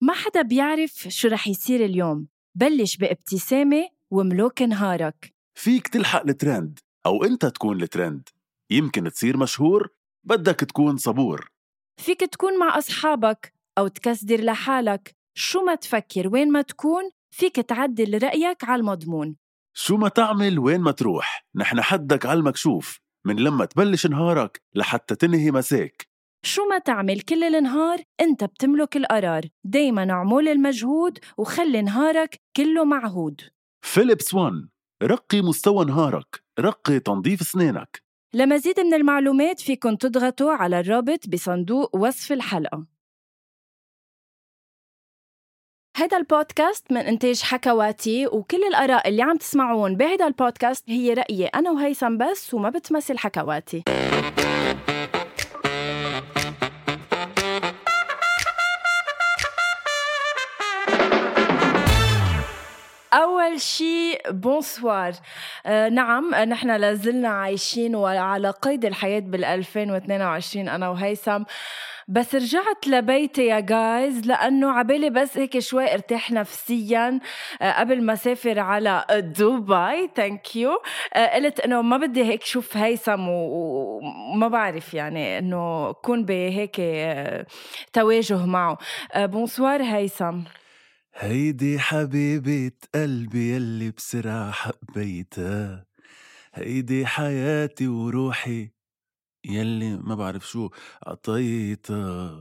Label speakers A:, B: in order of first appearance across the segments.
A: ما حدا بيعرف شو رح يصير اليوم. بلش بابتسامة وملوك نهارك.
B: فيك تلحق الترند أو أنت تكون الترند. يمكن تصير مشهور، بدك تكون صبور.
A: فيك تكون مع أصحابك أو تكسدر لحالك. شو ما تفكر وين ما تكون، فيك تعدل رأيك على المضمون.
B: شو ما تعمل وين ما تروح، نحن حدك على المكشوف، من لما تبلش نهارك لحتى تنهي مساك.
A: شو ما تعمل كل النهار، انت بتملك القرار. دايما اعمل المجهود وخلي نهارك كله معهود.
B: فيليبس وان، رقي مستوى نهارك، رقي تنظيف سنينك.
A: لمزيد من المعلومات فيكن تضغطوا على الرابط بصندوق وصف الحلقة. هذا البودكاست من إنتاج حكواتي، وكل الآراء اللي عم تسمعون بهذا البودكاست هي رأيي أنا وهيثم بس، وما بتمثل حكواتي. أول شيء بونسوار. نعم، نحن لازلنا عايشين وعلى قيد الحياة بال2022 أنا وهيثم، بس رجعت لبيتي يا جايز لأنه عبالي بس هيك شوي ارتاح نفسياً قبل ما سافر على دبي. ثانك يو. قلت إنه ما بدي هيك شوف هيثم وما بعرف يعني إنه كون بهيك تواجه معه. بونسوار هيثم.
B: هيدي حبيبة قلبي يلي بسرعة حبيتها، هيدي حياتي وروحي يلي ما بعرف شو عطيتها.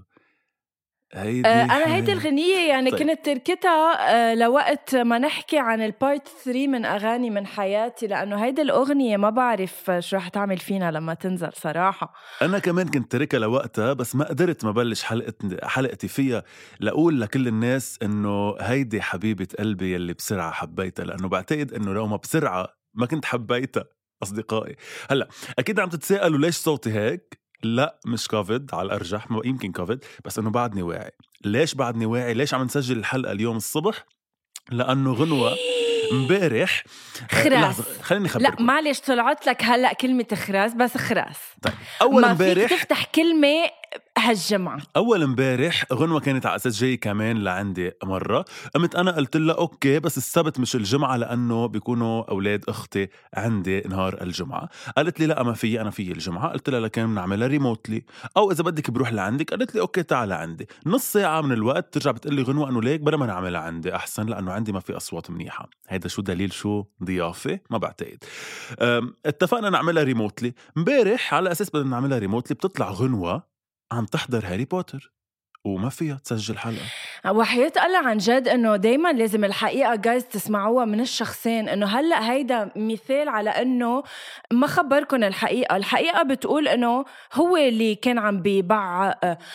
A: أنا هيدي الغنية يعني
B: طيب.
A: كنت تركتها لوقت ما نحكي عن البارت 3 من أغاني من حياتي، لأنه هيدي الأغنية ما بعرف شو رح تعمل فينا لما تنزل صراحة.
B: أنا كمان كنت تركها لوقتها، بس ما قدرت ما بلش حلقتي فيها لأقول لكل الناس إنه هيدي حبيبة قلبي يلي بسرعة حبيتها، لأنه بعتقد إنه لو ما بسرعة ما كنت حبيتها. أصدقائي هلأ أكيد عم تتساءلوا ليش صوتي هيك. لا مش كوفيد على الأرجح، يمكن كوفيد، بس إنه بعدني واعي. ليش بعدني واعي؟ ليش عم نسجل الحلقة اليوم الصبح؟ لأنه غنوة امبارح
A: خراس.
B: خليني خبركم.
A: لا معلش، طلعت لك هلأ كلمة خراس، بس خراس.
B: طيب أول
A: ما
B: امبارح
A: فيك تفتح كلمة هالجمعة.
B: أول امبارح غنوة كانت على أساس جاي كمان لعندي مرة، قمت أنا قلت لها أوكي بس السبت مش الجمعة لأنه بيكونوا أولاد أختي عندي نهار الجمعة. قالت لي لا ما في، أنا في الجمعة. قلت لها لكن نعملها ريموتلي أو إذا بدك بروح لعندك. قالت لي أوكي تعال عندي. نص ساعة من الوقت ترجع بتقلي غنوة أنه ليك بلا ما نعملها عندي أحسن لأنه عندي ما في أصوات منيحة. هيدا شو دليل؟ شو ضيافة؟ ما بعتقد. اتفقنا نعملها ريموتلي. امبارح على أساس بدنا نعملها ريموتلي بتطلع غنوة عم تحضر هاري بوتر وما فيها تسجل حلقة.
A: وحياة الله عن جد انه دايما لازم الحقيقة جايز تسمعوها من الشخصين. انه هلأ هيدا مثال على انه ما خبركن الحقيقة بتقول انه هو اللي كان عم بيبع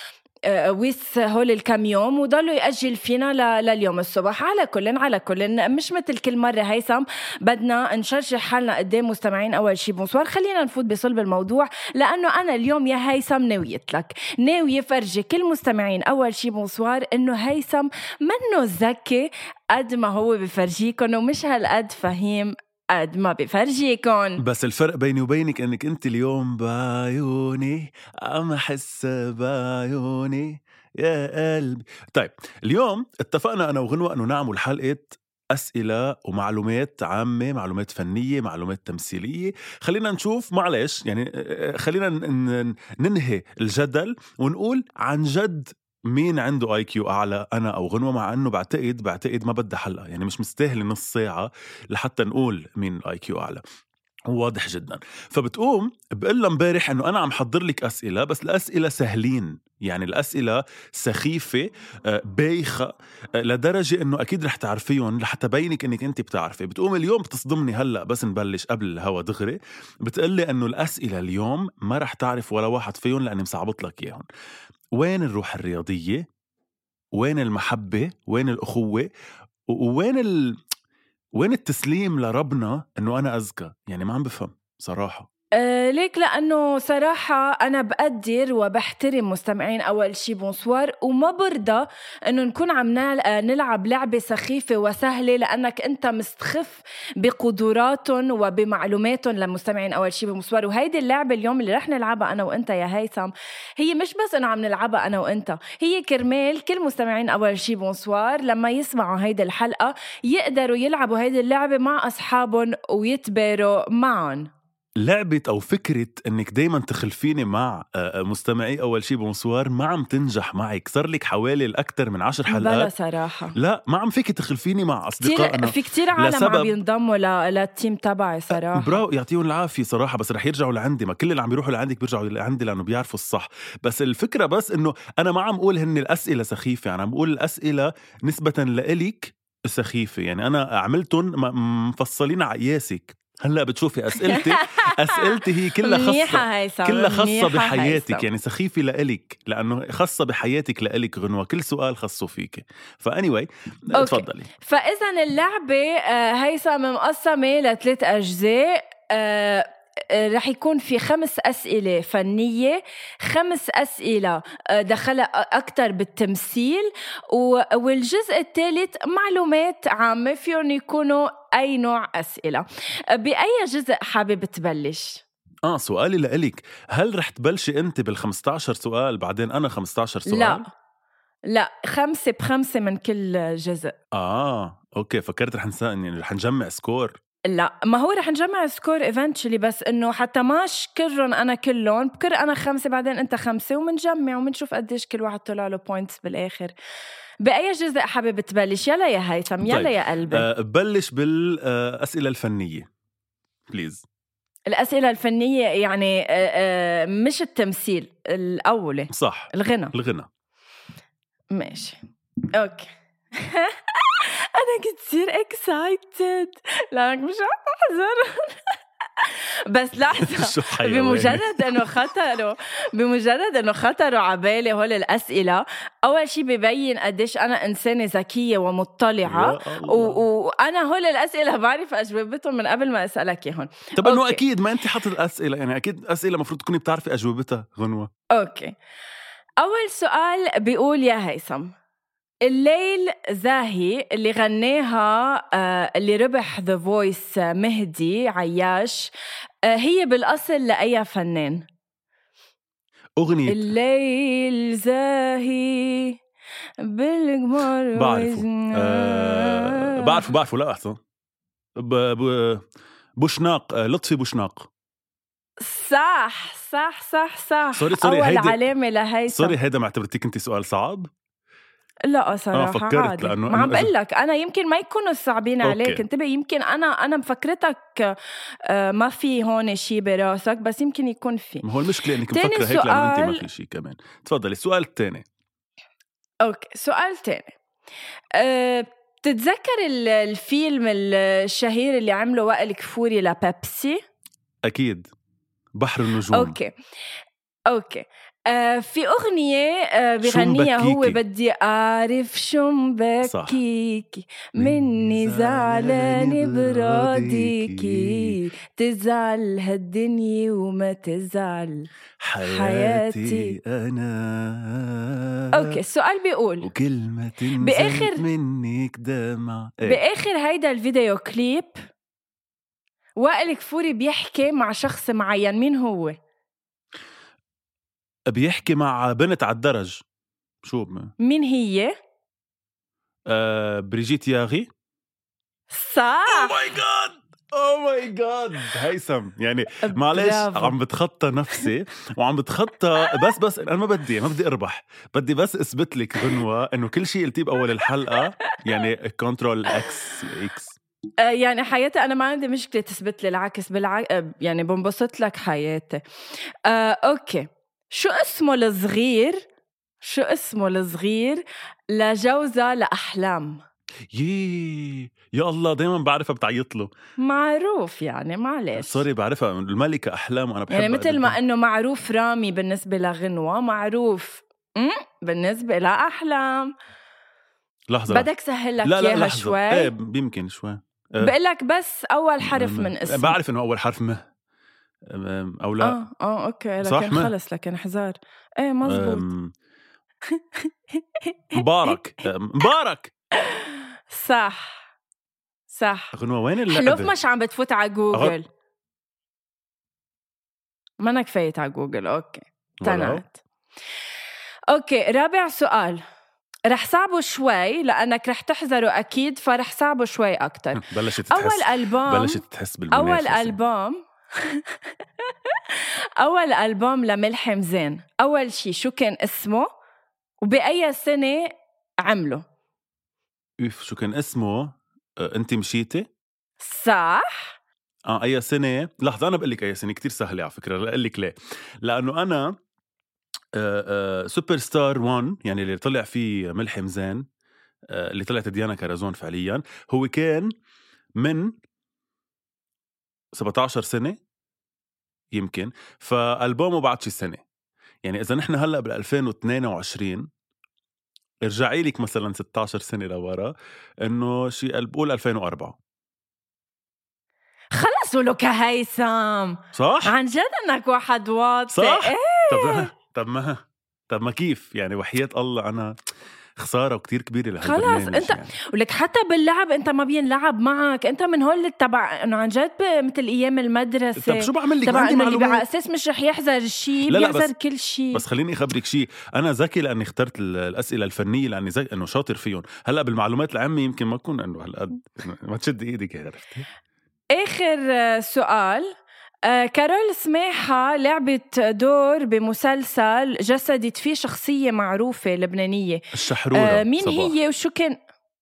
A: ويس هول الكم يوم وضلوا يأجل فينا لليوم الصبح. على كل مش مثل كل مرة هيثم بدنا نشرح حالنا قدام مستمعين. أول شي بونسوار، خلينا نفوت بصلب الموضوع لأنه أنا اليوم يا هيثم ناوية فرجي كل مستمعين أول شي بونسوار إنه هيثم منه ذكي قد ما هو بفرجيكم، ومش هالقد فهيم قد ما بفرجيكم.
B: بس الفرق بيني وبينك انك انت اليوم بعيوني عم احس بعيوني يا قلبي. طيب اليوم اتفقنا انا وغنوة انه نعمل حلقة أسئلة ومعلومات عامة، معلومات فنية، معلومات تمثيلية. خلينا نشوف معلش يعني خلينا ننهي الجدل ونقول عن جد مين عنده IQ أعلى، أنا أو غنوة. مع أنه بعتقد ما بدها حلقة، يعني مش مستاهل نص ساعة لحتى نقول مين IQ أعلى. واضح جدا. فبتقوم بقول امبارح انه انا عم حضر لك اسئله، بس الاسئله سهلين، يعني الاسئله سخيفه بايخه لدرجه انه اكيد رح تعرفيهم لحتى بينك انك انت بتعرفي. بتقوم اليوم بتصدمني هلا بس نبلش قبل الهوا دغري، بتقلي انه الاسئله اليوم ما رح تعرف ولا واحد فيهم لاني مصعبط لك اياهم. وين الروح الرياضيه؟ وين المحبه؟ وين الاخوه؟ وين وين التسليم لربنا انه انا اذكى؟ يعني ما عم بفهم صراحه.
A: ليك لأنه صراحة أنا بقدر وبحترم مستمعين أول شي بونسوار، وما برضى أنه نكون عم نلعب لعبة سخيفة وسهلة لأنك أنت مستخف بقدراتهم وبمعلوماتهم لمستمعين أول شي بونسوار. وهيدي اللعبة اليوم اللي رح نلعبها أنا وإنت يا هيثم هي مش بس أنه عم نلعبها أنا وإنت، هي كرمال كل مستمعين أول شي بونسوار لما يسمعوا هيدي الحلقة يقدروا يلعبوا هيدي اللعبة مع أصحابهم ويتباروا معهم.
B: لعبة أو فكرة أنك دايما تخلفيني مع مستمعي أول شي بونسوار ما عم تنجح معك. صار لك حوالي الأكثر من 10 حلقات.
A: بلا صراحة
B: لا ما عم فيك تخلفيني مع أصدقائنا.
A: في كتير عالم عم ينضموا للتيم تبعي صراحة.
B: براو يعطيهم العافية صراحة، بس رح يرجعوا لعندي. ما كل اللي عم بيروحوا لعندك بيرجعوا لعندي لأنه بيعرفوا الصح. بس الفكرة بس أنه أنا ما عم أقول هن الأسئلة سخيفة، يعني عم بقول الأسئلة نسبة لإلك سخيفة. يعني أنا عملتهم مفصلين عقياسك. هلا بتشوفي أسئلتي هي كلها خاصة بحياتك، يعني سخيفة لإلك لأنه خاصة بحياتك لإلك غنوة. كل سؤال خاصه فيك. فأنيوي تفضلي.
A: فإذا اللعبة هيثم مقسمة ل3 أجزاء. رح يكون في 5 أسئلة فنية، 5 أسئلة دخلها أكتر بالتمثيل، والجزء الثالث معلومات عامة فيهم يكونوا أي نوع أسئلة. بأي جزء حابب تبلش؟
B: سؤالي لإلك، هل رح تبلشي أنت بال15 سؤال بعدين أنا 15 سؤال؟
A: لا 5 ب5 من كل جزء.
B: أوكي، فكرت رح نجمع سكور.
A: لا، ما هو رح نجمع سكور eventually، بس إنه حتى ما شكرهم أنا كلهم، بكر أنا 5 بعدين أنت 5 ومنجمع ومنشوف قديش كل واحد طلع له points بالآخر. بأي جزء حابب تبلش؟ يلا يا هيثم، يلا يا قلبي.
B: ببلش بالأسئلة الفنية بليز.
A: الأسئلة الفنية يعني مش التمثيل الأولى،
B: صح، الغنى.
A: ماشي أوكي. أنا كتير excited لأنك مش عم أحزر. بس لحظة، بمجرد أنه خطروا عبالي هول الأسئلة، أول شي ببين قديش أنا إنسانة ذكية ومطلعة، وأنا هول الأسئلة بعرف أجوبتهم من قبل ما أسألك يهون.
B: طب أنه أكيد ما أنت حاطط الأسئلة، يعني أكيد أسئلة مفروض تكوني بتعرفي أجوبتها غنوة.
A: أوكي، أول سؤال بيقول يا هيثم، الليل زاهي اللي غناها اللي ربح The Voice مهدي عياش، هي بالأصل لأي فنان؟
B: أغنية
A: الليل زاهي بالقمر.
B: بعرفه لا أحسن بوشناق، لطفي بوشناق.
A: صح.
B: سوري
A: أول علامة لهيثم.
B: سوري، هيدا معتبرتك أنت سؤال صعب؟
A: لا صراحة عادي. ما عم بقلك أنا يمكن ما يكونوا صعبين عليك، انتبه، يمكن أنا مفكرتك ما في هون شي براسك، بس يمكن يكون في.
B: ما هو المشكلة إنك مفكرة هيك لأنه أنت ما في شي كمان. تفضلي السؤال الثاني.
A: أوكي، سؤال تاني. تتذكر الفيلم الشهير اللي عمله وائل كفوري لبيبسي؟
B: أكيد، بحر النجوم.
A: أوكي. في أغنية بغنيها هو، بدي أعرف شو مبكيكي مني زعلان براضيكي، تزعل هالدنيا وما تزعل حياتي
B: أنا.
A: أوكي، السؤال بيقول
B: وكلمة تنزل منك دمع.
A: بآخر هيدا الفيديو كليب وائل كفوري بيحكي مع شخص معين، مين هو؟
B: بيحكي مع بنت على الدرج. شو
A: مين هي؟
B: بريجيت ياغي.
A: صح.
B: أوه ماي جاد هيثم، يعني معلش عم بتخطى نفسي وعم بتخطى بس أنا ما بدي أربح، بدي بس أثبت لك غنوة إنه كل شيء قلتيه بأول الحلقة يعني كنترول إكس.
A: يعني حياتي أنا ما عندي مشكلة تثبت لي العكس، يعني بنبسط لك حياتي. أوكي، شو اسمه الصغير لجوزة لأحلام؟
B: يا الله، دايما بعرفها بتعيط له.
A: معروف يعني، معلش
B: سوري، بعرفها الملكة أحلام، وأنا بحبها
A: يعني مثل ما إنه معروف رامي بالنسبة لغنوة، معروف بالنسبة لأحلام.
B: لحظة،
A: بدك سهل لك إياها شوي؟
B: بيمكن شوي.
A: بقول لك بس أول حرف من اسمه.
B: بعرف إنه أول حرف أو لا؟
A: أوكي،
B: صح
A: لكن
B: ما؟
A: خلص لكن حزار. إيه مزبوط.
B: مبارك
A: صح
B: غنوة وين
A: حلوف
B: اللعبة؟
A: مش عم بتفوت على جوجل. منك فايت على جوجل. أوكي تنعت. أوكي رابع سؤال رح صعبه شوي لأنك رح تحذره أكيد، فرح صعبه شوي أكتر.
B: بلشت تحس
A: بالمنافسة. أول ألبوم لملحم زين، أول شي شو كان اسمه وبأي سنة عمله؟
B: شو كان اسمه؟ أنت مشيتي؟
A: صح.
B: أي سنة؟ لحظة أنا بقلك أي سنة، كتير سهلة على فكرة. لأقلك ليه؟ لأنه أنا سوبر ستار 1 يعني اللي طلع فيه ملحم زين، اللي طلعت ديانا كرزون فعليا، هو كان من 17 سنة يمكن، فألبومه بعد شي سنة. يعني إذا نحن هلأ بال2022 ارجعي لك مثلا 16 سنة لورا، إنه شي بقول 2004.
A: خلصوا له كهيثم.
B: صح؟
A: عن جد انك واحد واطي.
B: صح؟
A: إيه؟
B: طب ما كيف يعني؟ وحياة الله أنا خسارة وكتير كبيرة لهالبرنامج.
A: خلاص انت
B: يعني.
A: ولك حتى باللعب انت ما بينلعب معك، انت من هول تبع انه عن جد مثل ايام المدرسة.
B: طب شو بعمل لك؟
A: تبع
B: انه
A: اللي على اساس مش رح يحذر الشيء بيحذر كل شيء.
B: بس خليني اخبرك شيء، انا ذكي لاني اخترت الاسئله الفنيه، لاني انه شاطر فيهم. هلا بالمعلومات العامه يمكن ما اكون انه هالقد ما تشد ايدك. عرفتي؟
A: اخر سؤال. كارول سماحة لعبت دور بمسلسل جسدت فيه شخصية معروفة لبنانية،
B: الشحرورة.
A: مين
B: صباح.
A: هي وشو كان؟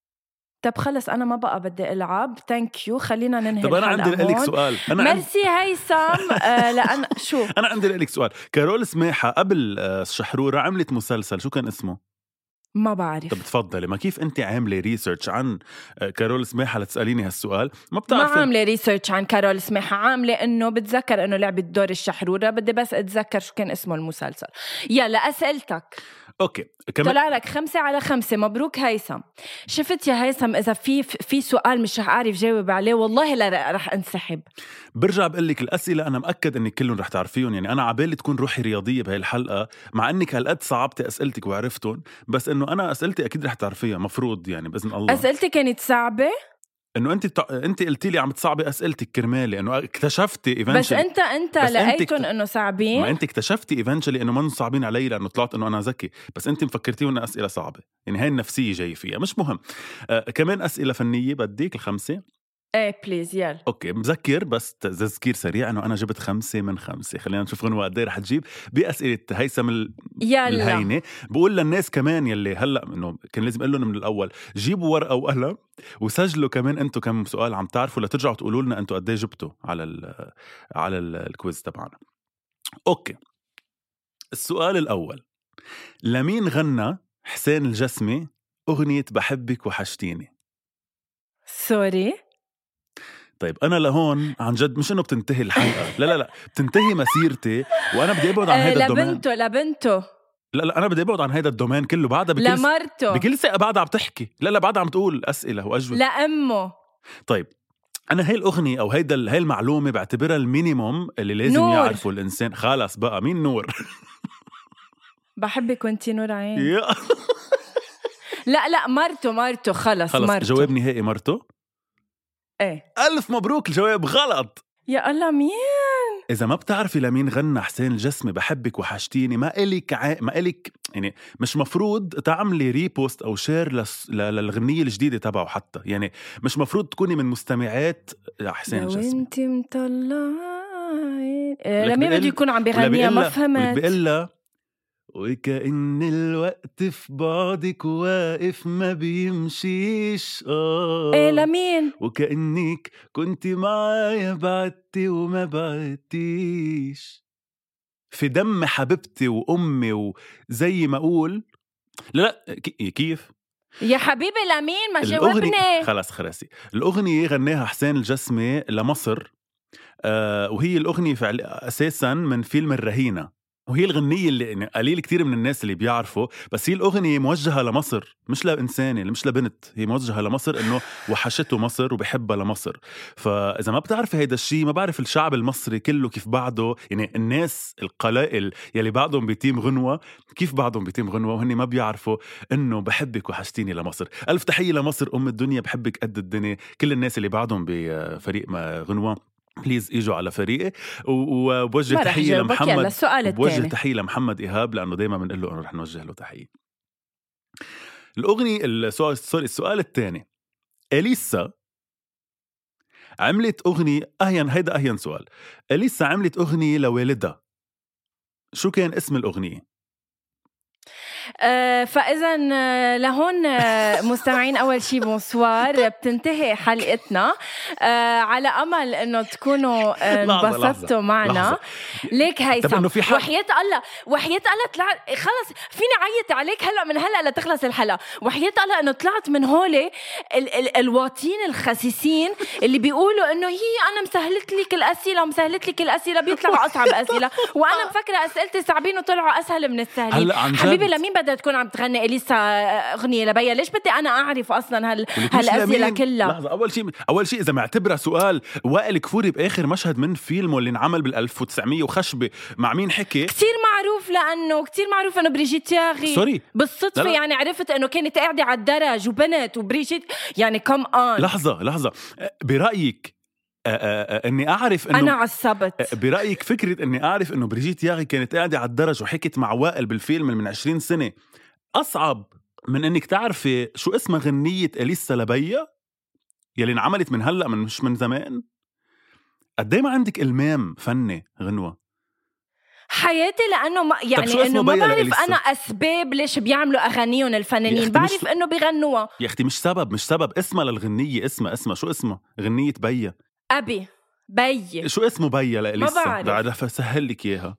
A: طب خلص أنا ما بقى بدي ألعب. ثانك يو، خلينا ننهي
B: طب
A: الحلقة.
B: أنا عندي لك سؤال.
A: ميرسي هيثم. لأن شو
B: أنا عندي لك سؤال. كارول سماحة قبل الشحرورة عملت مسلسل شو كان اسمه؟
A: ما بعرف.
B: طب تفضلي، ما كيف أنت عاملة ريسيرش عن كارول سماحة لتسأليني هالسؤال؟ ما بتعرفي.
A: ما عاملة ريسيرش عن كارول سماحة، عاملة إنه بتذكر إنه لعبت دور الشحرورة، بدي بس أتذكر شو كان اسمه المسلسل. يلا أسئلتك.
B: اوكي
A: طلع لك 5/5. مبروك هيثم. شفت يا هيثم اذا في سؤال مش رح اعرف جاوب عليه والله لا رح انسحب.
B: برجع بقول لك الاسئله انا مأكد انك كلهم رح تعرفيهم. يعني انا عبالي تكون روحي رياضيه بهاي الحلقه، مع انك هالقد صعبتي اسئلتك وعرفتهم، بس انه انا اسئلتي اكيد رح تعرفيها مفروض يعني باذن الله.
A: اسئلتي كانت صعبه
B: انه انت قلتي لي عم تصعبي اسئلتك كرمالي، انه اكتشفتي
A: بس انت لقيتهم انه صعبين.
B: ما انت اكتشفتي ايفنتشلي انه ما صعبين علي لانه طلعت انه انا ذكي، بس انت مفكرتيهم انها اسئله صعبه. يعني هاي النفسيه جاي فيها، مش مهم. كمان اسئله فنيه بديك 5.
A: ايه بليز يلا.
B: اوكي مذكر بس تذكير سريع انه انا جبت 5/5. خلينا نشوف غنوة قد ايه رح تجيب باسئله هيثم الهينه. بقول للناس كمان يلي هلا انه كان لازم اقول لهم من الاول جيبوا ورقه وقلم وسجلوا كمان انتم كم سؤال عم تعرفوا لترجعوا تقولوا لنا انتم قد ايه جبتوا على الكويز تبعنا. اوكي السؤال الاول، لمين غنى حسين الجسمي اغنيه بحبك وحشتيني؟
A: سوري.
B: طيب أنا لهون عن جد مش إنه بتنتهي الحلقة، لا بتنتهي مسيرتي وأنا بدي أبعد عن هيدا الدومين.
A: لبنته
B: لا أنا بدي أبعد عن هيدا الدومين كله. بعدها
A: لمرته
B: بكل ثقة بعدها عم تحكي. لا بعدها عم تقول أسئلة وأجوبة.
A: لأمه.
B: طيب أنا هاي الأغنية أو هاي المعلومة بعتبرها المينيموم اللي لازم نور. يعرفه الإنسان. خلاص بقى مين نور؟
A: بحبك وانتي نور عين. لا مرته خلص مرته.
B: جواب نهائي مرته.
A: ايه
B: 1000 مبروك، الجواب غلط.
A: يا الله مين؟
B: إذا ما بتعرفي لمين غنى حسين الجسمي بحبك وحشتيني ما إلك يعني مش مفروض تعملي ريبوست أو شير للغنية الجديدة تبعه حتى. يعني مش مفروض تكوني من مستمعات حسين الجسمي.
A: وانتي مطلعين لمين بده يكون عم بيغنيها؟ ما فهمت.
B: بيقول وكأن الوقت في بعدك واقف ما بيمشيش.
A: ايه لمين؟
B: وكأنك كنت معايا بعدتي وما بعدتيش في دم حبيبتي وأمي وزي ما أقول. لا كيف
A: يا حبيبي لمين؟ ما جاوبني.
B: خلاص خلاصي. الأغنية غناها حسين الجسمي لمصر. وهي الأغنية أساساً من فيلم الرهينة. وهي الغنية اللي قليل كتير من الناس اللي بيعرفوا، بس هي الأغنية موجهة لمصر، مش لإنسانة، مش لبنت، هي موجهة لمصر إنه وحشته مصر وبحبها لمصر. فإذا ما بتعرفي هيدا الشيء ما بعرف الشعب المصري كله كيف بعده، يعني الناس القلائل يلي بعضهم بتيم غنوة كيف بعضهم بتيم غنوة وهني ما بيعرفوا إنه بحبك وحشتيني لمصر. ألف تحية لمصر أم الدنيا، بحبك قد الدنيا. كل الناس اللي بعضهم بفريق غنوة بليز اجوا على فريقي. وبوجه تحيه لمحمد، بوجه تحيه لمحمد إيهاب لانه دايما بنقول له انه رح نوجه له تحيه. الاغنيه السؤال الثاني، اليسا عملت اغنيه هيدا اهين سؤال. اليسا عملت اغنيه لوالدها، شو كان اسم الاغنيه؟
A: فإذا لهون مستمعين أول شي بونسوار، بتنتهي حلقتنا على أمل إنه تكونوا انبسطتوا معنا. ليك هيثم وحياة الله طلعت خلص فيني عيط عليك هلأ من هلأ لتخلص الحلقة. وحياة الله إنه طلعت من هولي الواطين الخسيسين اللي بيقولوا إنه هي أنا مسهلت لك الأسئلة ومسهلت لك الأسئلة بيطلعوا أصعب أسئلة، وأنا مفكرة أسئلتي صعبين وطلعوا أسهل من السهلين. حبيبي لمين بدها تكون عم تغني إليسا أغنية لبيا؟ ليش بدي أنا أعرف أصلاً هالأسئلة كلها؟
B: لحظة، أول شيء إذا معتبرها سؤال وائل كفوري بآخر مشهد من فيلمه اللي انعمل بال1900 وخشبة مع مين حكي
A: كتير معروف، لأنه كتير معروف إنه بريجيت ياغي
B: سوري
A: بالصدفة لا. يعني عرفت إنه كانت قاعدة على الدرج وبنت وبريجيت يعني كم آن.
B: لحظة برأيك اني اعرف انه
A: انا عصبت
B: برايك فكره اني اعرف انه بريجيت ياغي كانت قاعده على الدرج وحكت مع وائل بالفيلم من 20 سنه اصعب من انك تعرفي شو اسمها غنيه اليسا لبيا يلي انعملت من هلا مش من زمان؟ قد ما عندك المام فني غنوه
A: حياتي، لانه يعني انه ما بعرف انا اسباب ليش بيعملوا اغانيهم الفنانين، بعرف انه بيغنوها
B: يا اختي. مش سبب اسمها للغنيه، اسمها شو اسمها غنيه بيا؟
A: ابي بي.
B: شو اسمه بيا لإليسا؟
A: ما بعرف
B: فسهل لك اياها.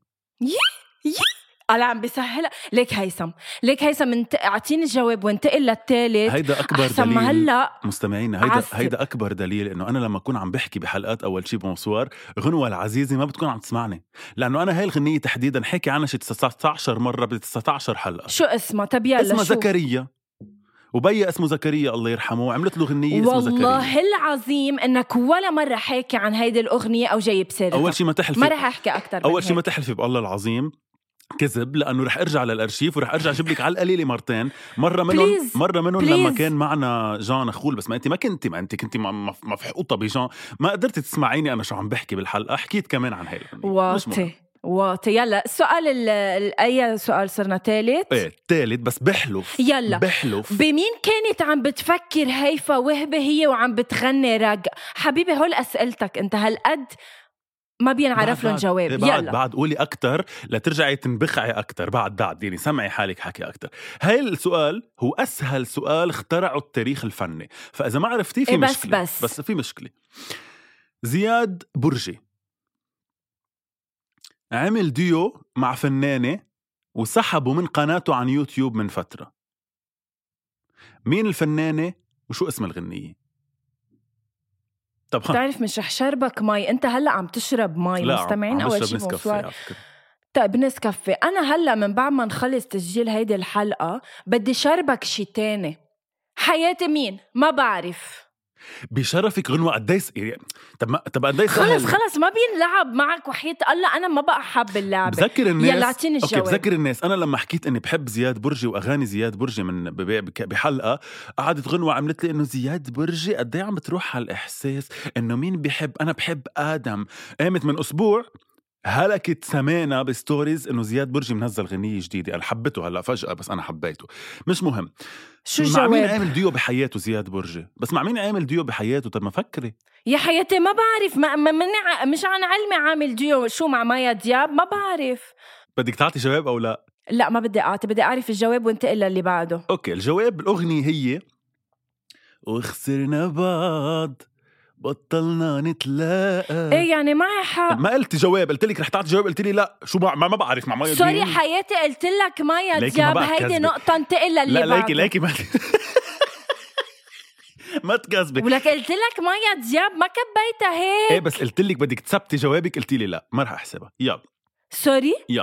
A: أنا عم بسهلها. ليك هيثم اعطيني الجواب وانتقل للثالث.
B: هيدا أكبر دليل
A: هلا
B: مستمعينا، هيدا أكبر دليل إنه أنا لما أكون عم بحكي بحلقات أول شي بونسوار غنوة العزيزي ما بتكون عم تسمعني، لأنه أنا هاي الغنية تحديدا حكي عنها شي 19 مرة ب 19 حلقة.
A: شو اسمها؟ طب يلا
B: اسمها زكريا، وبيا اسمه زكريا الله يرحمه، وعملت له غنية اسمه زكريا.
A: والله العظيم انك ولا مرة حكي عن هيدي الأغنية او جايب سيرتها.
B: اول شيء ما تحلفي،
A: ما رح احكي اكثر.
B: اول شيء ما تحلفي بالله العظيم كذب، لانه رح ارجع للارشيف ورح ارجع اجيب لك على القليله مرتين. مره منهم لما كان معنا جان خول، بس ما انت كنتي مفحوطه بجان، ما قدرت تسمعيني انا شو عم بحكي بالحلقه. حكيت كمان عن هاي
A: واطي. يلا السؤال اي سؤال صرنا ثالث؟
B: ايه ثالث، بس بحلف.
A: يلا
B: بحلف
A: بمين كانت عم بتفكر هيفا وهبه هي وعم بتغني رق؟ حبيبي هول اسئلتك انت هالقد ما بينعرف لهم جواب. يلا
B: بعد قولي أكتر لترجعي تنبخعي أكتر. بعد يعني سمعي حالك حكي أكتر. هاي السؤال هو أسهل سؤال اخترعوا التاريخ الفني، فإذا ما عرفتيه في مشكلة. بس في مشكلة. زياد برجي عمل ديو مع فنانة وسحبوا من قناته عن يوتيوب من فترة. مين الفنانة وشو اسم الغنية؟ طب
A: بتعرف مش رح شربك مي، انت هلا عم تشرب مي. مستمعين اول شيء بونسوار. طيب نسكافيه. انا هلا من بعد ما نخلص تسجيل هيدي الحلقه بدي شربك شي تاني. حياتي مين ما بعرف.
B: بشرفك غنوة قديس. طب قديس
A: خلص ما بينلعب معك وحياة الله. انا ما بقى حب اللعبه.
B: بذكر الناس.
A: يلا اعطيني الجواب.
B: بذكر الناس انا لما حكيت اني بحب زياد برجي واغاني زياد برجي من بحلقه، قعدت غنوة عملت لي انه زياد برجي قد ايه عم بتروح على الاحساس انه مين بيحب. انا بحب ادم. قامت من اسبوع هلكت سمانة بستوريز انه زياد برجي منزل غنية جديدة. انا حبته هلا فجأة، بس انا حبيته. مش مهم
A: شو
B: مع مين عامل ديو بحياته زياد برجي، بس مع مين عامل ديو بحياته؟ طب ما فكري
A: يا حياتي. ما بعرف. مش عن علمي عامل ديو شو مع مايا دياب. ما بعرف.
B: بدك تعطي جواب او لا؟
A: لا ما بدي اعطي، بدي اعرف الجواب وانتقل اللي بعده.
B: اوكي الجواب. الاغنية هي وخسرنا بعض بطلنا نتلاقى.
A: ايه يعني معي حق.
B: ما قلت جواب، قلت لك رح تعطي جواب، قلت لي لا. شو ما بعرف مع مايا دياب.
A: سوري حياتي قلت لك مايا دياب. هيدي نقطة انتقل اللي بعده.
B: لا ليكي ما تكذبي.
A: ولك قلت لك مايا دياب ما كبيتها هيك.
B: ايه بس قلت لك بدك تثبتي جوابك، قلتي لي لا. ما رح احسبها. يلا
A: سوري.
B: يلا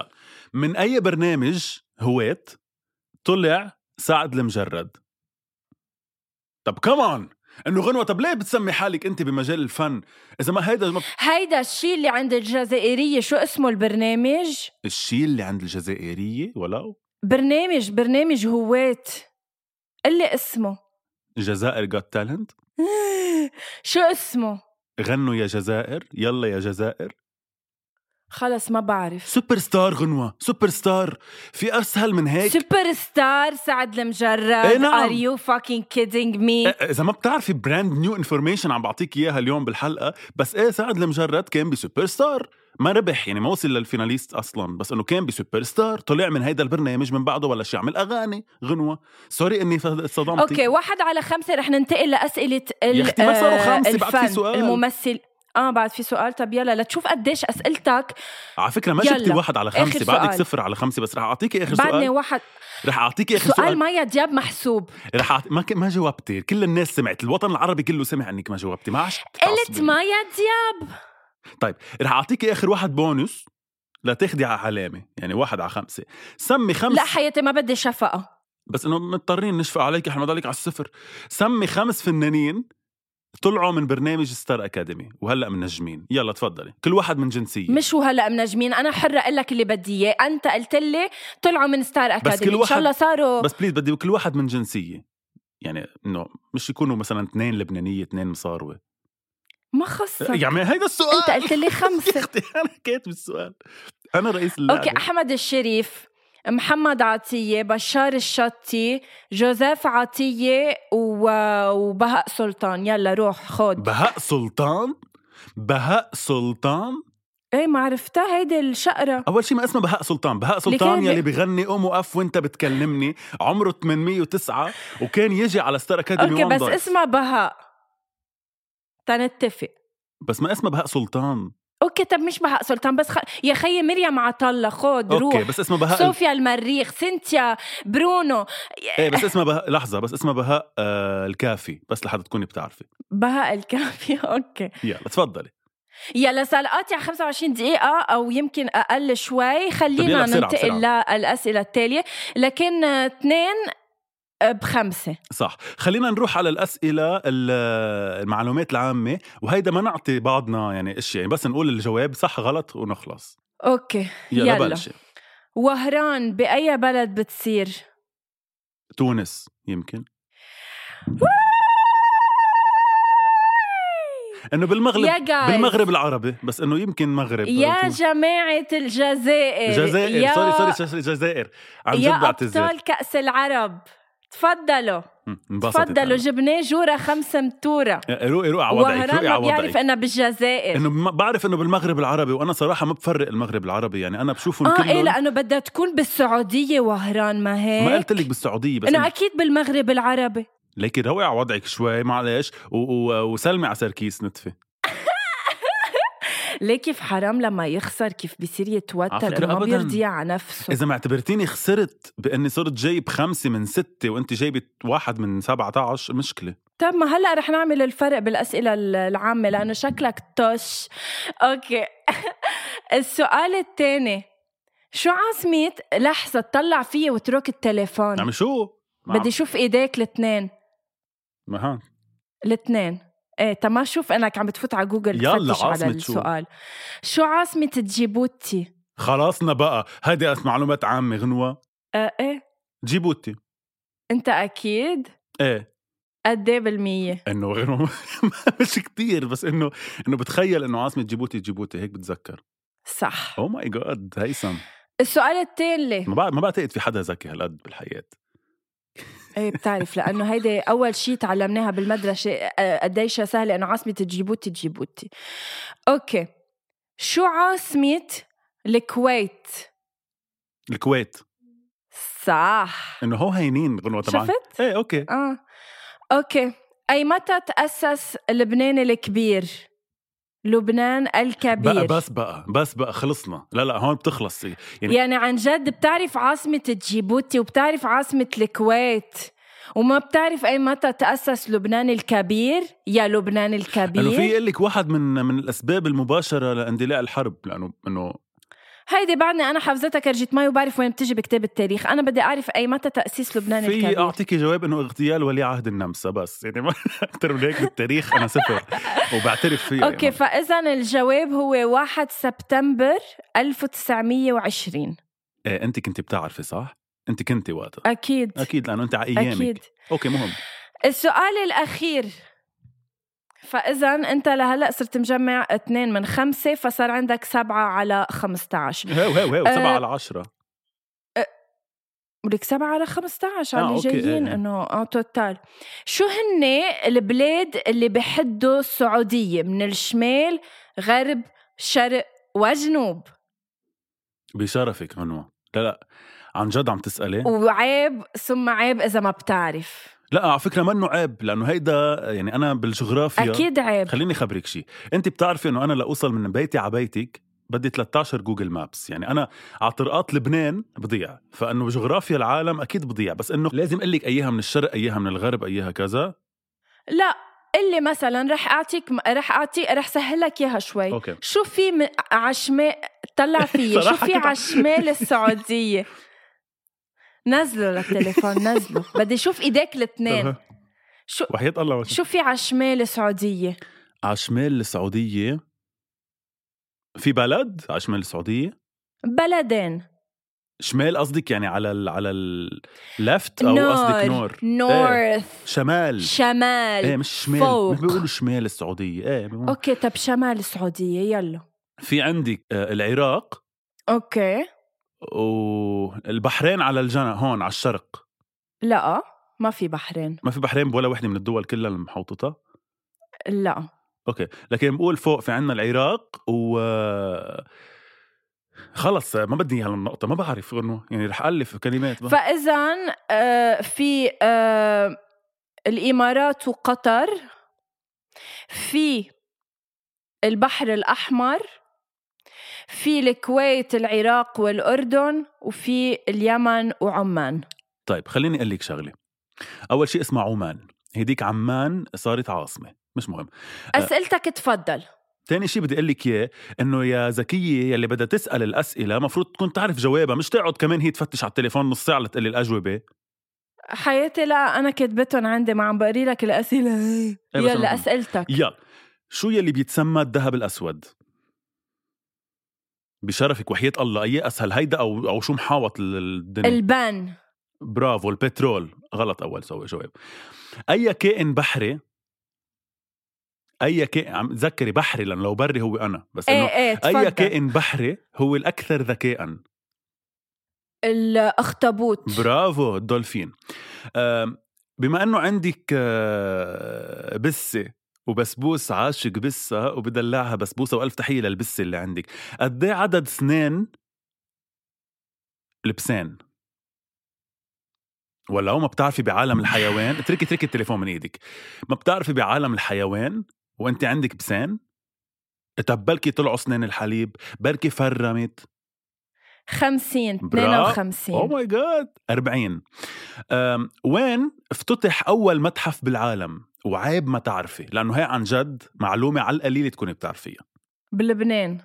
B: من أي برنامج هوات طلع سعد المجرد؟ طب كمان انه غنوة، طب ليه بتسمي حالك انت بمجال الفن اذا ما
A: هيدا الشيء اللي عند الجزائرية، شو اسمه البرنامج؟
B: الشيء اللي عند الجزائرية ولو
A: برنامج هوات اللي اسمه
B: الجزائر جوت تالنت.
A: شو اسمه؟
B: غنوا يا جزائر، يلا يا جزائر.
A: خلص ما بعرف.
B: سوبر ستار غنوة، سوبر ستار، في أسهل من هيك؟
A: سوبر ستار سعد المجرد.
B: إيه نعم.
A: Are you fucking kidding me؟
B: إذا ما بتعرفي براند نيو انفورميشن عم بعطيك إياها اليوم بالحلقة. بس إيه، سعد المجرد كان بسوبر ستار، ما ربح يعني، ما وصل للفيناليست أصلاً، بس إنه كان بسوبر ستار، طلع من هيدا البرنامج من بعده ولا شيء، عمل أغاني غنوة. سوري إني صدمتي.
A: أوكي 1-5 رح ننتقل لأسئلة
B: يا أختي ما صاروا 5 بعد في سؤال
A: الممثل. بعد في سؤال. طب يلا لتشوف قديش أسئلتك.
B: على فكرة ما جبتي 1-5، بعدك 0-5، بس رح أعطيكي آخر سؤال.
A: بعدني 1.
B: رح أعطيكي آخر سؤال.
A: مايا دياب محسوب.
B: رح ما جاوبتي. كل الناس سمعت، الوطن العربي كله سمع انك ما جاوبتي. ما عشت
A: قلت مايا دياب.
B: طيب رح أعطيكي آخر واحد بونus لتاخدي على علامة، يعني 1-5. سمي 5.
A: لا حياتي ما بدي شفقة،
B: بس إنه مضطرين نشفق عليك، إحنا ضلك على 0. سمي 5 فنانين طلعوا من برنامج ستار أكاديمي وهلأ منجمين. يلا تفضلي، كل واحد من جنسية.
A: مش وهلأ منجمين، أنا حرة أقول لك اللي بدي إياه. أنت قلت لي طلعوا من ستار أكاديمي، إن شاء الله صاروا.
B: بس بليز بدي كل واحد من جنسية، يعني إنه مش يكونوا مثلا 2 لبنانية 2 مصاروة.
A: ما خصك
B: يعني هيدا السؤال.
A: أنت قلت لي 5.
B: أنا كاتب السؤال، أنا رئيس اللعبة.
A: أوكي، أحمد الشريف، محمد عطية، بشار الشطي، جوزيف عطية وبهاء سلطان. يلا روح خد.
B: بهاء سلطان.
A: ايه ما عرفتها هيدي الشقرة.
B: أول شيء ما اسمه بهاء سلطان يلي بغني أم وأف وانت بتكلمني، عمره 809 وكان يجي على ستار أكاديمي.
A: أوكي بس اسمه بهاء، تنتفق.
B: بس ما اسمه بهاء سلطان.
A: اوكي طب مش بهاء سلطان بس يا خيي مريم عطلة خد. روح.
B: اوكي بس اسمه بهاء.
A: صوفيا المريخ، سنتيا، برونو.
B: ايه بس اسمه بهاء. لحظة، بس اسمه بهاء الكافي، بس لحد تكوني بتعرفي.
A: بهاء الكافي. اوكي
B: يلا تفضلي.
A: يلا سلقات على 25 دقيقة أو يمكن أقل شوي. خلينا ننتقل للأسئلة التالية، لكن 2-5.
B: صح. خلينا نروح على الأسئلة المعلومات العامة، وهيدا ما نعطي بعضنا يعني اشياء، يعني بس نقول الجواب صح غلط ونخلص.
A: اوكي
B: يلا بلش.
A: وهران بأي بلد بتصير؟
B: تونس يمكن. انه بالمغرب العربي، بس انه يمكن مغرب.
A: يا جماعة الجزائر.
B: سوري جزائر. عن جد بعتذر.
A: يا أبطال كأس العرب تفضلوا. جبناه جورة 5 متورة.
B: روقي على وضعك.
A: وهران ما بيعرف أنا بالجزائر.
B: إنه بعرف إنه بالمغرب العربي، وأنا صراحة ما بفرق المغرب العربي، يعني أنا بشوفهم كلهم.
A: إيه لأنه بدها تكون بالسعودية وهران، ما هيك؟
B: ما قلت لك بالسعودية، بس
A: إنه أكيد بالمغرب العربي.
B: لكن روقي على وضعك شوي معلش، وسلمي على سركيس نتفة.
A: ليه كيف حرام لما يخسر كيف بيصير يتوتر، إنه ما بيرضي على نفسه.
B: إذا ما اعتبرتيني خسرت بأني صرت جايب 5 من 6 وأنت جايبة 1 من 17، مشكلة.
A: طب ما هلأ رح نعمل الفرق بالأسئلة العامة لأنه شكلك توش. أوكي. السؤال الثاني، شو عاصمة، لحظة تطلع فيه وترك التليفون.
B: عم شو؟
A: بدي شوف إيديك الاثنين.
B: ما هان
A: الاثنين. ايه تما شوف انك عم بتفوت على جوجل تفتش على السؤال. شو عاصمة جيبوتي؟
B: خلاصنا بقى، هيدي معلومات عامة غنوة.
A: ايه
B: جيبوتي.
A: انت اكيد؟
B: ايه.
A: قد ايه بالمية؟
B: انه غير مش كتير، بس انه بتخيل انه عاصمة جيبوتي هيك بتذكر.
A: صح.
B: او ماي جاد هيثم.
A: السؤال التالي،
B: ما بعتقد في حدا ذكي هالقد بالحياة.
A: ايه بتعرف لانه هيدي اول شيء تعلمناها بالمدرسه قديش سهله انه عاصمه جيبوتي. اوكي، شو عاصمه الكويت؟ صح.
B: انه هو هينين غنوة طبعا.
A: شفت؟
B: ايه اوكي.
A: اوكي، اي متى تأسس لبنان الكبير؟ لبنان الكبير.
B: بس بقى خلصنا. لا هون بتخلص
A: يعني عن جد بتعرف عاصمة جيبوتي وبتعرف عاصمة الكويت وما بتعرف أي متى تأسس لبنان الكبير؟ يا لبنان الكبير.
B: إنه في يقول لك واحد من الأسباب المباشرة لاندلاع الحرب، لأنه إنه
A: هيدي بعدني أنا حافظتها كرجة مي وبعرف وين بتجي بكتاب التاريخ. أنا بدي أعرف أي متى تأسيس لبنان الكبير.
B: في أعطيكي جواب إنه اغتيال ولي عهد النمسا، بس يعني ما أكتر من هيك بالتاريخ أنا صفر وبعترف فيه.
A: أوكي يعني. فإذن الجواب هو 1 سبتمبر 1920.
B: إيه أنت كنت بتعرفي صح؟ أنت كنتي وقتها أكيد لأنه أنت على أيامك.
A: أكيد.
B: أوكي مهم.
A: السؤال الأخير، فإذا أنت لهلأ صرت مجمع 2 من 5، فصار عندك 7 على 15.
B: هاو 7 على 10.
A: ولك 7 على 15 على اللي جايين إنه توتال. شو هن البلاد اللي بحدوا السعودية من الشمال غرب شرق وجنوب؟
B: بشرفك غنوة. لا عن جد عم تسألي،
A: وعيب ثم عيب إذا ما بتعرف.
B: لا على فكرة منه عيب، لأنه هيدا يعني أنا بالجغرافيا
A: أكيد عيب.
B: خليني خبرك شيء، أنت بتعرفي أنه أنا لأوصل من بيتي على بيتك بدي 13 جوجل مابس. يعني أنا على طرقات لبنان بضيع، فأنه بجغرافيا العالم أكيد بضيع، بس أنه لازم أقلك أيها من الشرق أيها من الغرب أيها كذا.
A: لا اللي مثلا رح سهلك إياها شوي.
B: أوكي.
A: شو في عشمال طلع فيه شو في عشمال السعودية؟ نزلوا للتليفون نزلوا، بدي شوف إيديك الاثنين. شو
B: وحياة الله
A: شو في عشمال السعودية؟
B: عشمال السعودية في بلد عشمال السعودية؟
A: بلدين.
B: شمال قصدك يعني على اللفت أو قصدك
A: نورث
B: شمال مش شمال
A: فوق.
B: مش بيقولوا شمال السعودية.
A: أوكي طب شمال السعودية يلا.
B: في عندك العراق.
A: أوكي.
B: والبحرين على الجنة هون على الشرق.
A: لا ما في بحرين.
B: ما في بحرين بولا وحدة من الدول كلها المحوطة.
A: لا
B: أوكي لكن بقول فوق في عنا العراق خلص ما بدي اياها النقطة، ما بعرف يعني رح ألف كلمات بقى.
A: فإذن في الإمارات وقطر، في البحر الأحمر، في الكويت العراق والأردن، وفي اليمن وعمان.
B: طيب خليني أقول لك شغلة. أول شيء اسمها عمان، هديك عمان صارت عاصمة، مش مهم.
A: أسئلتك تفضل.
B: تاني شيء بدي أقول لك إياه إنه يا ذكية يلي بدها تسأل الأسئلة مفروض تكون تعرف جوابها، مش تقعد كمان هي تفتش على التليفون نص ساعة لتقلي الأجوبة.
A: حياتي لا أنا كتبتهم عندي، ما عم بقري لك الأسئلة. يلا أسئلتك.
B: يلا شو يلي بيتسمى الذهب الأسود؟ بشرفك وحياة الله أي أسهل هيدا أو شو محاوط الدنيا؟
A: البن.
B: برافو. البترول غلط أول جواب. أي كائن بحري، أي كائن عم تذكري بحري لأن لو بري هو أنا بس إنه أي كائن بحري هو الأكثر ذكاءً؟
A: الأخطبوط.
B: برافو. الدولفين. بما أنه عندك بسة وبسبوس عاشق بسة وبدلعها بسبوسة وألف تحية للبسة اللي عندك، قد ايه عدد سنين البسان؟ ولا هو ما بتعرفي بعالم الحيوان؟ تركي التليفون من ايدك. ما بتعرفي بعالم الحيوان وانت عندك بسان؟ طب بلكي طلعوا سنين الحليب، بلكي فرمت.
A: 50 52.
B: أوه ماي جاد 40. وين افتتح أول متحف بالعالم؟ وعيب ما تعرفي لأنه هي عن جد معلومة على القليل تكوني بتعرفيها.
A: بلبنان.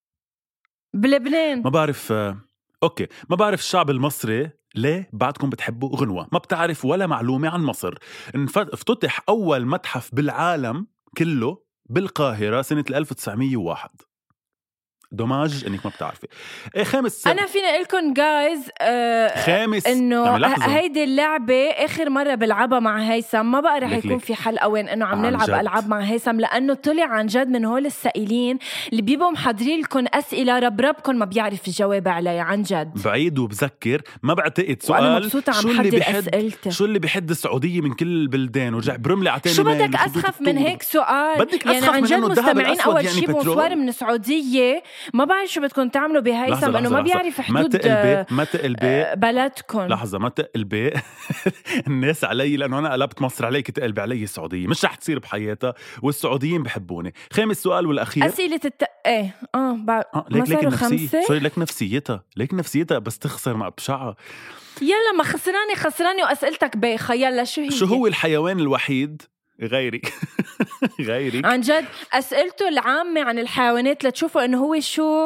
B: ما بعرف. أوكي ما بعرف الشعب المصري ليه بعدكم بتحبوا غنوة. ما بتعرف ولا معلومة عن مصر. افتتح أول متحف بالعالم كله بالقاهرة سنة 1901. دوماج انك ما بتعرفي. خامس
A: انا فيني اقول لكم جايز
B: خامس
A: انه هيدي اللعبه اخر مره بلعبها مع هيثم، ما بقى رح يكون في حلقه وين انه عم نلعب العاب مع هيثم، لانه طلع عن جد من هول السائلين اللي بيبقوا محضرين لكم اسئله ربكم ما بيعرف الجواب عليها. عن جد
B: بعيد وبذكر ما بعتقد سؤال شو اللي بحد السعوديه من كل البلدان ورجع برملي على تاني.
A: شو بدك اسخف من هيك سؤال؟ يعني عن جد مستمعين اول يعني شيء مصور من السعوديه ما بعرف شو بدكم تعملوا بهيثم انه ما بيعرف حدود
B: ما تقلبي
A: بلدكم.
B: لحظه ما تقلبي الناس علي لانه انا قلبت مصر عليك تقلبي علي السعوديه، مش رح تصير بحياتها والسعوديين بحبوني. خامس سؤال والاخير
A: اسئله
B: ليك نفسيتها سوري لك نفسيتها بس تخسر ما بشعه.
A: يلا ما خسراني واسئلتك بايخه. يلا شو
B: هو الحيوان الوحيد غيرك
A: عن جد أسئلته العامة عن الحيوانات لتشوفوا إنه هو شو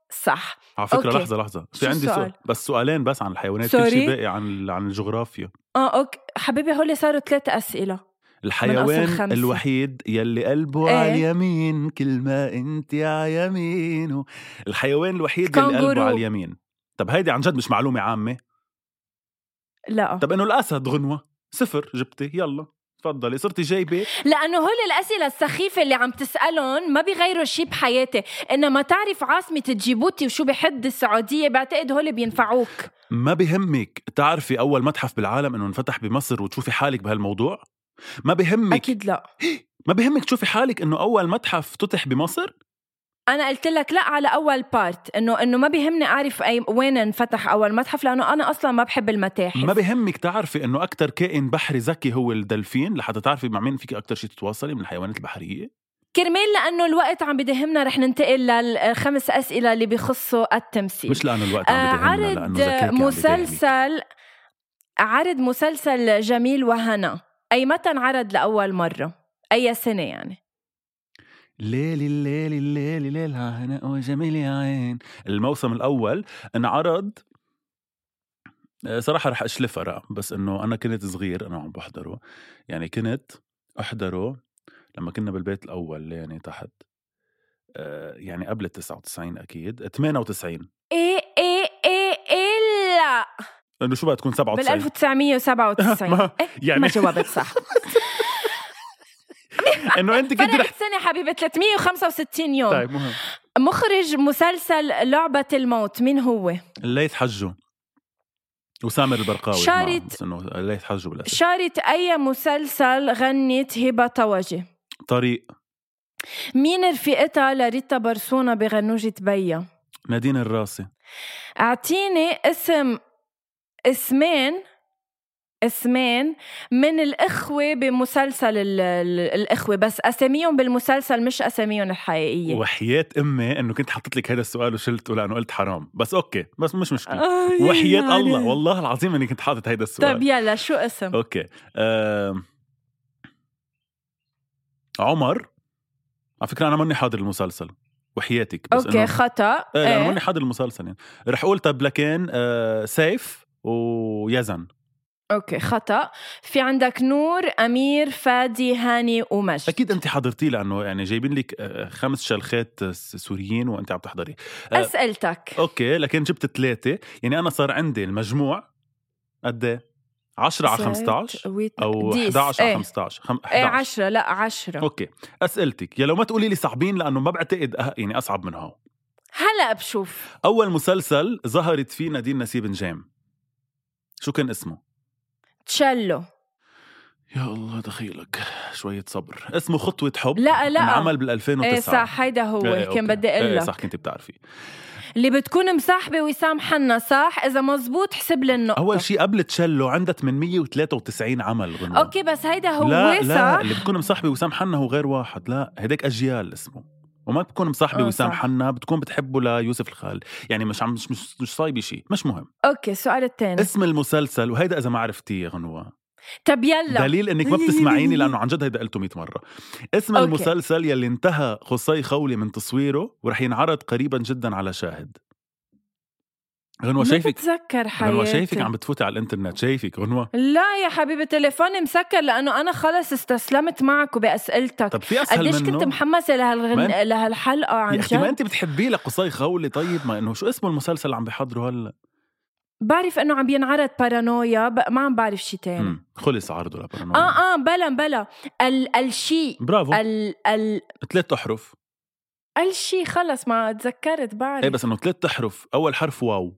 A: صح.
B: على فكرة
A: أوكي.
B: لحظة في
A: شو
B: عندي
A: السؤال؟
B: بس سؤالين بس عن الحيوانات،
A: سوري؟
B: كل شيء باقي عن الجغرافيا.
A: أوكي حبيبي، هولي صاروا 3 أسئلة.
B: الحيوان
A: 5.
B: الوحيد يلي قلبه
A: إيه؟
B: على اليمين كل ما انت على يمينه. الحيوان الوحيد يلي
A: كانغورو.
B: قلبه على اليمين. طب هيدي عن جد مش معلومة عامة؟
A: لا،
B: طب انه الاسد غنوة 0 جبتي، يلا تفضلي صرتي جايبة.
A: لأنه هول الأسئلة السخيفة اللي عم تسألهم ما بيغيروا شي بحياتي، إنما تعرف عاصمة جيبوتي وشو بحد السعودية، بعتقد هول بينفعوك.
B: ما بهمك تعرفي أول متحف بالعالم إنه انفتح بمصر وتشوفي حالك بهالموضوع؟ ما بهمك؟
A: أكيد لا.
B: ما بهمك تشوفي حالك إنه أول متحف افتتح بمصر؟
A: أنا قلت لك لا على أول بارت، إنه ما بيهمني أعرف وين انفتح أول متحف، لأنه أنا أصلاً ما بحب المتاحف.
B: ما بهمك تعرفي إنه أكتر كائن بحري ذكي هو الدلفين، لحتى تعرفي مع مين فيك أكتر شيء تتواصلي من الحيوانات البحرية؟
A: كرمال لأنه الوقت عم بدهمنا، رح ننتقل لل5 أسئلة اللي بيخصوا التمثيل.
B: مش لأنه الوقت عم بدهمنا، لأنه ذكاكي عم بدهمك.
A: عرض مسلسل جميل وهنا أي متى انعرض لأول مرة؟ أي سنة يعني؟
B: ليلي الليلي الليلي ليلها هنا وجميل يا عين. الموسم الأول انعرض، صراحة رح أشلفها رقم، بس إنه أنا كنت صغير أنا عم بحضره، يعني كنت أحضره لما كنا بالبيت الأول يعني تحت، يعني قبل 99 أكيد 98.
A: إيه لا،
B: إنه شو بقى تكون 97
A: 1997.
B: يعني
A: ما جاوبت صح.
B: إنه أنت كنت
A: فرقت سنة حبيبي، 365 يوم.
B: طيب مهم.
A: مخرج مسلسل لعبة الموت مين هو؟
B: الليث حجو وسامر البرقاوي.
A: شارت
B: بس إنه الليث حجو بالأساس.
A: شارت أي مسلسل غنت هبة طوجي؟
B: طريق.
A: مين رفيقتها لريتا برسونا بغنوجة بيا؟
B: نادين الراسي.
A: أعطيني اسمين من الإخوة بمسلسل الإخوة، بس أساميهم بالمسلسل مش أساميهم الحقيقية.
B: وحياة أمي إنه كنت حطت لك هذا السؤال وشلته لأنه قلت حرام، بس أوكي، بس مش مشكلة. وحياة الله والله العظيم إني كنت حاطت هذا السؤال.
A: طب يلا شو اسم؟
B: أوكي. عمر. على فكرة أنا ماني حاضر المسلسل وحياتك، بس
A: أوكي خطأ.
B: أنا ماني حاضر المسلسل يعني. رح أقول طب لكن سيف ويزن.
A: أوكي خطأ. في عندك نور، أمير، فادي، هاني ومجد.
B: أكيد أنت حضرتي لأنه يعني جايبين لك 5 شلخات سوريين وأنت عم تحضري.
A: أسألتك.
B: أوكي لكن جبت 3، يعني أنا صار عندي المجموع قد 10 على 15 أو 11 على 15.
A: 10 لا 10.
B: أوكي أسئلتك يا لو ما تقولي لي صعبين، لأنه ما بعتقد يعني أصعب منها.
A: هلأ بشوف.
B: أول مسلسل ظهرت فيه نادين نسيب نجام شو كان اسمه؟
A: تشلو.
B: يا الله دخيلك شوية صبر. اسمه خطوة حب.
A: لا
B: عمل بال2009.
A: إيه صح، هيدا هو. كان بدي أقول لك.
B: صح كنت بتعرفي
A: اللي بتكون مصاحبة وسام حنا، صح؟ إذا مزبوط حسب لي النقطة.
B: أول شيء قبل تشلو عندها 893 عمل غنوة.
A: أوكي بس هيدا هو.
B: لا
A: صح؟
B: لا اللي بتكون مصاحبة وسام حنا هو غير واحد. لا هيداك أجيال اسمه، وما بتكون مصاحبة وسام حنا، بتكون بتحبه ليوسف الخال، يعني مش صايبة شيء، مش مهم.
A: أوكي السؤال الثاني.
B: اسم المسلسل، وهيدا إذا ما عرفتيه غنوة
A: طب يلا
B: دليل انك ما بتسمعيني لانه عن جد هيدا قلته 100 مرة. اسم
A: أوكي.
B: المسلسل يلي انتهى قصي خولي من تصويره ورح ينعرض قريبا جدا على شاهد. غنوة شايفك
A: بتذكر حياتي.
B: غنوة شايفك عم بتفوتي على الانترنت. شايفك غنوة.
A: لا يا حبيبي تليفوني مسكر لانه انا خلص استسلمت معك وباسئلتك.
B: طب في اسهل
A: قديش
B: منه؟
A: كنت محمسه لهالحلقه عن
B: جد. يا اختي ما انت
A: جد
B: بتحبيه لقصي خولي. طيب ما انه شو اسمه المسلسل اللي عم بيحضره هلا؟
A: بعرف انه عم بينعرض بارانويا، ما عم بعرف شي تاني.
B: خلص عرضه لبارانويا.
A: بلا الشي.
B: برافو. 3 أحرف.
A: الشي خلص ما تذكرت بعرف.
B: ايه بس انه 3 أحرف، اول حرف واو.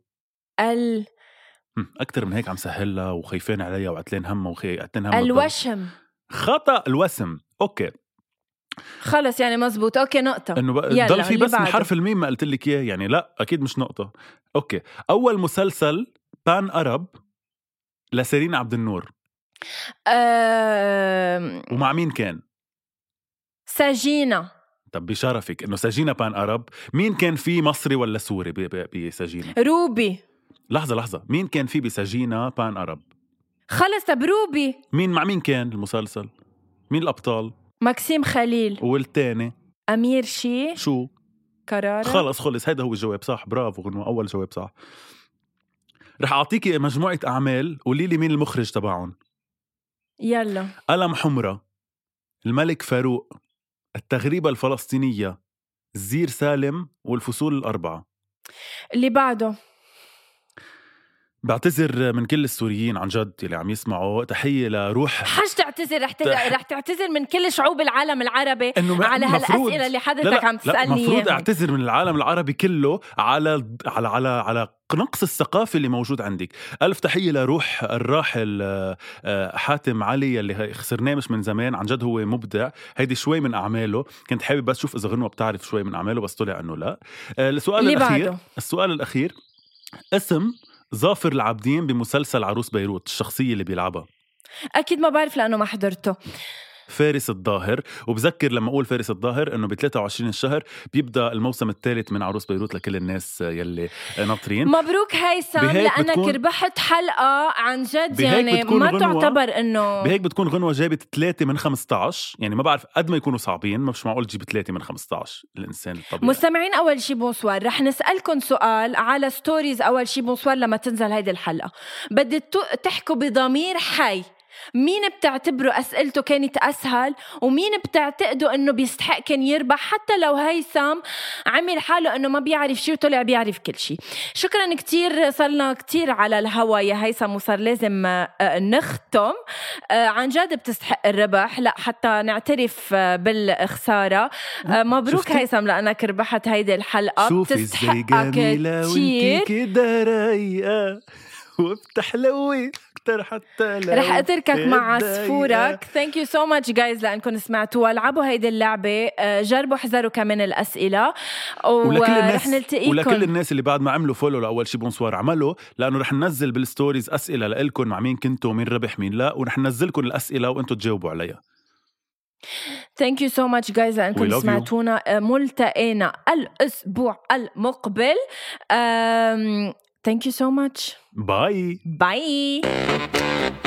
B: اكتر من هيك عم سهلها وخايفين عليها وعتلين همها وعتلين همها.
A: الوشم.
B: خطأ. الوسم. اوكي
A: خلص يعني مزبوط. اوكي نقطة.
B: انه ضل في بس من حرف الميم ما قلت لك اياه، يعني لا اكيد مش نقطة. اوكي اول مسلسل بان أرب لسيرين عبد النور ومع مين كان؟
A: سجينة.
B: طب بشرفك انه سجينة بان أرب، مين كان فيه مصري ولا سوري بسجينة؟
A: روبي.
B: لحظة مين كان فيه بسجينة بان أرب؟
A: خلص طب روبي.
B: مع مين كان المسلسل؟ مين الأبطال؟
A: ماكسيم خليل.
B: والتاني؟
A: أمير شي.
B: شو؟
A: قرارة.
B: خلص هيدا هو الجواب صح. برافو غنوة، أول جواب صح. رح أعطيكي مجموعة أعمال، قولي لي مين المخرج تبعهم.
A: يلا.
B: قلم حمرة، الملك فاروق، التغريبة الفلسطينية، الزير سالم، والفصول الأربعة.
A: اللي بعده.
B: بعتذر من كل السوريين عن جد اللي عم يسمعوا. تحية لروح.
A: حاج تعتذر؟ رح تعتذر من كل شعوب العالم العربي على هالأسئلة اللي حضرتك عم تسألني إياها.
B: مفروض أعتذر من العالم العربي كله على نقص الثقافة اللي موجود عندك. ألف تحية لروح الراحل حاتم علي اللي خسرناه مش من زمان. عن جد هو مبدع. هيدي شوي من أعماله. كنت حابب بس شوف إذا غنوة بتعرف شوي من أعماله، بس طلع أنه لا. السؤال الأخير، اسم ظافر العابدين بمسلسل عروس بيروت، الشخصية اللي بيلعبها.
A: أكيد ما بعرف لأنه ما حضرته.
B: فارس الظاهر. وبذكر لما أقول فارس الظاهر أنه ب23 الشهر بيبدأ الموسم الثالث من عروس بيروت لكل الناس يلي ناطرين.
A: مبروك هيثم لأنك ربحت حلقة عن جد. يعني ما تعتبر أنه
B: بهيك بتكون غنوة جابت 3 من 15. يعني ما بعرف قد ما يكونوا صعبين، مش معقول تجيب 3 من 15 الإنسان الطبيعي.
A: مستمعين أول شي بونسوار، رح نسألكم سؤال على ستوريز. أول شي بونسوار، لما تنزل هيدي الحلقة بدي تحكوا بضمير حي مين بتعتبروا أسئلته كانت أسهل ومين بتعتقدوا أنه بيستحق كان يربح، حتى لو هيثم عمل حاله أنه ما بيعرف شيء وطلع بيعرف كل شيء. شكرا كتير، صرنا كتير على الهوا يا هيثم وصار لازم نختم. عن جد بتستحق الربح، لا حتى نعترف بالخسارة. مبروك هيثم لأنك ربحت هيدي الحلقة.
B: شوفي ازاي جميلة وانتي كده رايقة وبتحلوي اكتر حتى لو
A: رح اتركك مع عصفورك. thank you so much guys لانكم سمعتوا. العبوا هيدي اللعبه، جربوا احذروا كمان الاسئله، ورح نلتقيكم.
B: ولكل الناس اللي بعد ما عملوا فولو لاول شي بونسوار عملوا، لانه رح ننزل بالستوريز اسئله لكم مع مين كنتوا مين ربح مين لا، ورح ننزلكم الاسئله وانتم تجاوبوا عليها.
A: thank you so much guys لأنكم سمعتونا. ملتقينا الأسبوع المقبل. thank you so much.
B: Bye.
A: Bye.